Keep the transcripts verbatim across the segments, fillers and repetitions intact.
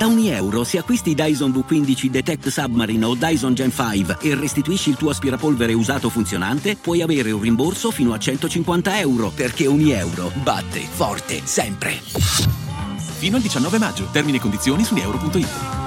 Da ogni euro, se acquisti Dyson V quindici Detect Submarine o Dyson Gen cinque e restituisci il tuo aspirapolvere usato funzionante, puoi avere un rimborso fino a centocinquanta euro, perché ogni euro batte forte sempre. Fino al diciannove maggio. Termini e condizioni su euro punto it.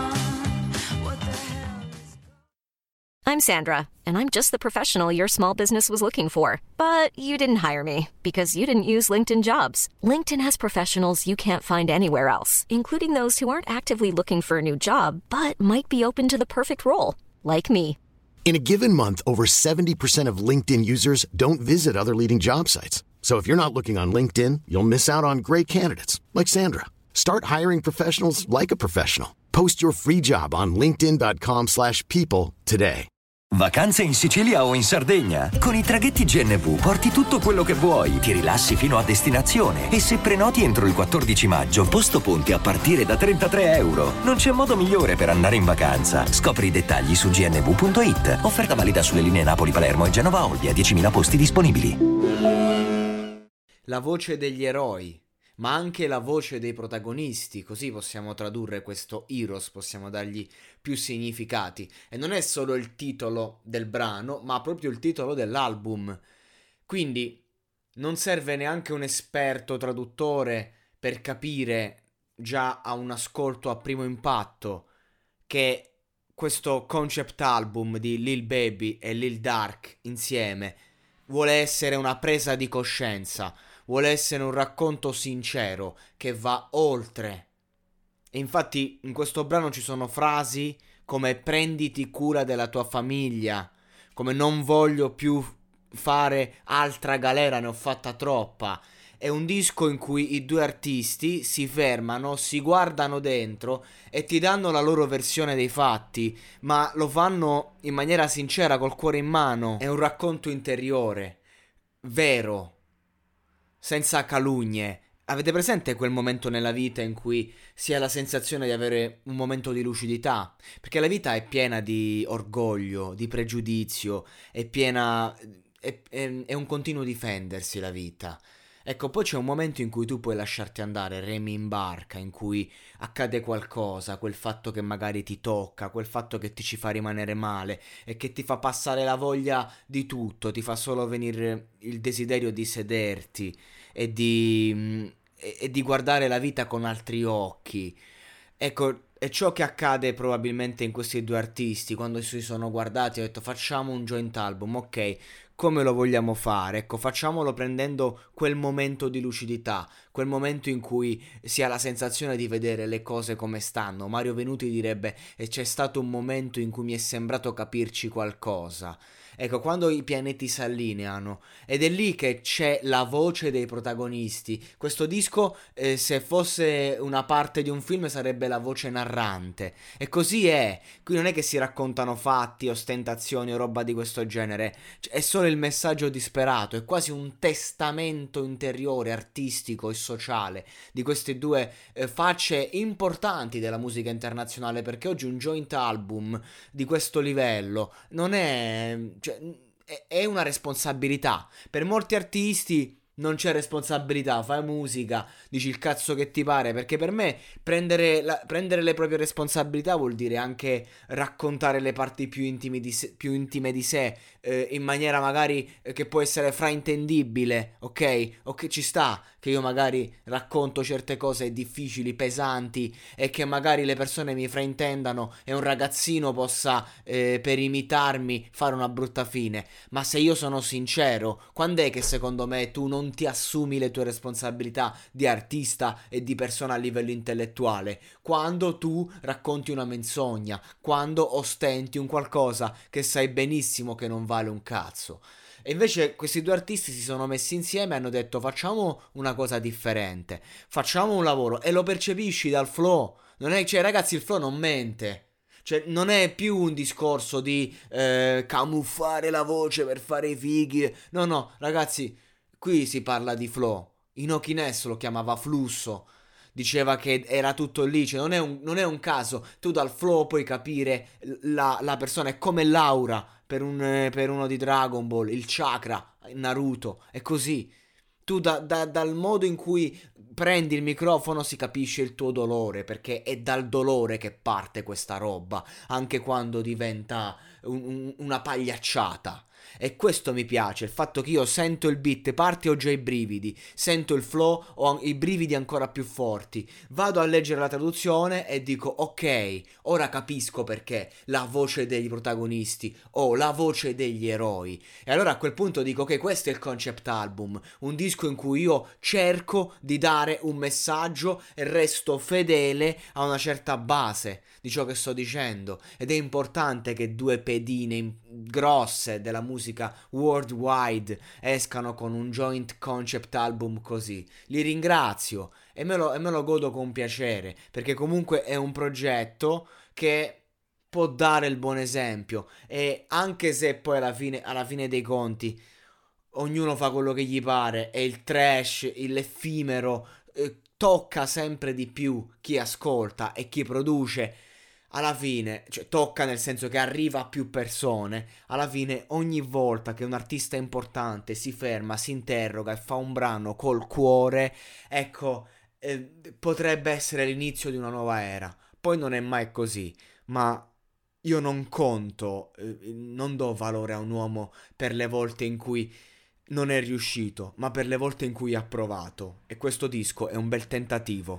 I'm Sandra, and I'm just the professional your small business was looking for. But you didn't hire me because you didn't use LinkedIn Jobs. LinkedIn has professionals you can't find anywhere else, including those who aren't actively looking for a new job, but might be open to the perfect role, like me. In a given month, over seventy percent of LinkedIn users don't visit other leading job sites. So if you're not looking on LinkedIn, you'll miss out on great candidates like Sandra. Start hiring professionals like a professional. Post your free job on linkedin dot com slash people today. Vacanze in Sicilia o in Sardegna? Con i traghetti G N V porti tutto quello che vuoi, ti rilassi fino a destinazione e se prenoti entro il quattordici maggio, posto ponti a partire da trentatré euro. Non c'è modo migliore per andare in vacanza. Scopri i dettagli su g n v punto i t. Offerta valida sulle linee Napoli-Palermo e Genova-Olbia, diecimila posti disponibili. La voce degli eroi, ma anche la voce dei protagonisti, così possiamo tradurre questo Heroes, possiamo dargli più significati. E non è solo il titolo del brano, ma proprio il titolo dell'album. Quindi non serve neanche un esperto traduttore per capire già a un ascolto a primo impatto che questo concept album di Lil Baby e Lil Durk insieme vuole essere una presa di coscienza, vuole essere un racconto sincero che va oltre. E infatti in questo brano ci sono frasi come prenditi cura della tua famiglia, come non voglio più fare altra galera, ne ho fatta troppa. È un disco in cui i due artisti si fermano, si guardano dentro e ti danno la loro versione dei fatti, ma lo fanno in maniera sincera, col cuore in mano. È un racconto interiore, vero, senza calunnie. Avete presente quel momento nella vita in cui si ha la sensazione di avere un momento di lucidità? Perché la vita è piena di orgoglio, di pregiudizio, è piena... è, è, è un continuo difendersi la vita. Ecco, poi c'è un momento in cui tu puoi lasciarti andare, remi in barca, in cui accade qualcosa, quel fatto che magari ti tocca, quel fatto che ti ci fa rimanere male e che ti fa passare la voglia di tutto, ti fa solo venire il desiderio di sederti e di, e, e di guardare la vita con altri occhi. Ecco, è ciò che accade probabilmente in questi due artisti quando si sono guardati e hanno detto facciamo un joint album, ok, come lo vogliamo fare? Ecco, facciamolo prendendo quel momento di lucidità, quel momento in cui si ha la sensazione di vedere le cose come stanno. Mario Venuti direbbe e c'è stato un momento in cui mi è sembrato capirci qualcosa. Ecco, quando i pianeti si allineano, ed è lì che c'è la voce dei protagonisti. Questo disco, eh, se fosse una parte di un film, sarebbe la voce narrante. E così è. Qui non è che si raccontano fatti, ostentazioni o roba di questo genere. È solo il messaggio disperato, è quasi un testamento interiore, artistico e sociale di queste due eh, facce importanti della musica internazionale, perché oggi un joint album di questo livello non è... cioè, è una responsabilità. Per molti artisti non c'è responsabilità, fai musica, dici il cazzo che ti pare, perché per me prendere, la, prendere le proprie responsabilità vuol dire anche raccontare le parti più, intimi di se, più intime di sé, eh, in maniera magari eh, che può essere fraintendibile, ok? Ok, ci sta che io magari racconto certe cose difficili, pesanti, e che magari le persone mi fraintendano e un ragazzino possa eh, per imitarmi fare una brutta fine. Ma se io sono sincero, quando è che secondo me tu non ti assumi le tue responsabilità di artista e di persona a livello intellettuale? Quando tu racconti una menzogna, quando ostenti un qualcosa che sai benissimo che non vale un cazzo. E invece questi due artisti si sono messi insieme e hanno detto facciamo una cosa differente, facciamo un lavoro, e lo percepisci dal flow. Non è, cioè ragazzi, il flow non mente. Cioè non è più un discorso di eh, camuffare la voce per fare i fighi. No no ragazzi, qui si parla di flow. Inoki Ness lo chiamava flusso, diceva che era tutto lì. Cioè non è un, non è un caso, tu dal flow puoi capire la, la persona. È come l'aura per, un, per uno di Dragon Ball, il chakra Naruto, è così. Tu da, da, dal modo in cui prendi il microfono si capisce il tuo dolore, perché è dal dolore che parte questa roba, anche quando diventa un, un, una pagliacciata. E questo mi piace, il fatto che io sento il beat, parte ho già i brividi, sento il flow, ho i brividi ancora più forti, vado a leggere la traduzione e dico ok, ora capisco perché la voce dei protagonisti o la voce degli eroi. E allora a quel punto dico ok, questo è il concept album, un disco in cui io cerco di dare un messaggio e resto fedele a una certa base di ciò che sto dicendo. Ed è importante che due pedine grosse della musica worldwide escano con un joint concept album così. Li ringrazio e me lo, e me lo godo con piacere, perché comunque è un progetto che può dare il buon esempio, e anche se poi alla fine, alla fine dei conti ognuno fa quello che gli pare e il trash, l'effimero eh, tocca sempre di più chi ascolta e chi produce, alla fine, cioè tocca nel senso che arriva a più persone, alla fine ogni volta che un artista importante si ferma, si interroga e fa un brano col cuore, ecco, eh, potrebbe essere l'inizio di una nuova era. Poi non è mai così, ma io non conto, eh, non do valore a un uomo per le volte in cui non è riuscito, ma per le volte in cui ha provato, e questo disco è un bel tentativo.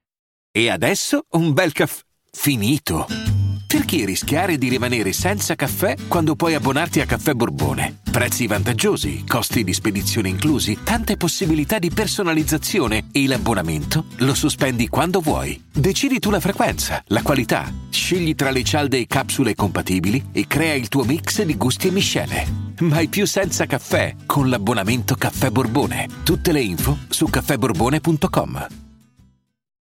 E adesso un bel caffè finito. Perché rischiare di rimanere senza caffè quando puoi abbonarti a Caffè Borbone? Prezzi vantaggiosi, costi di spedizione inclusi, tante possibilità di personalizzazione e l'abbonamento lo sospendi quando vuoi. Decidi tu la frequenza, la qualità, scegli tra le cialde e capsule compatibili e crea il tuo mix di gusti e miscele. Mai più senza caffè con l'abbonamento Caffè Borbone. Tutte le info su caffè borbone punto com.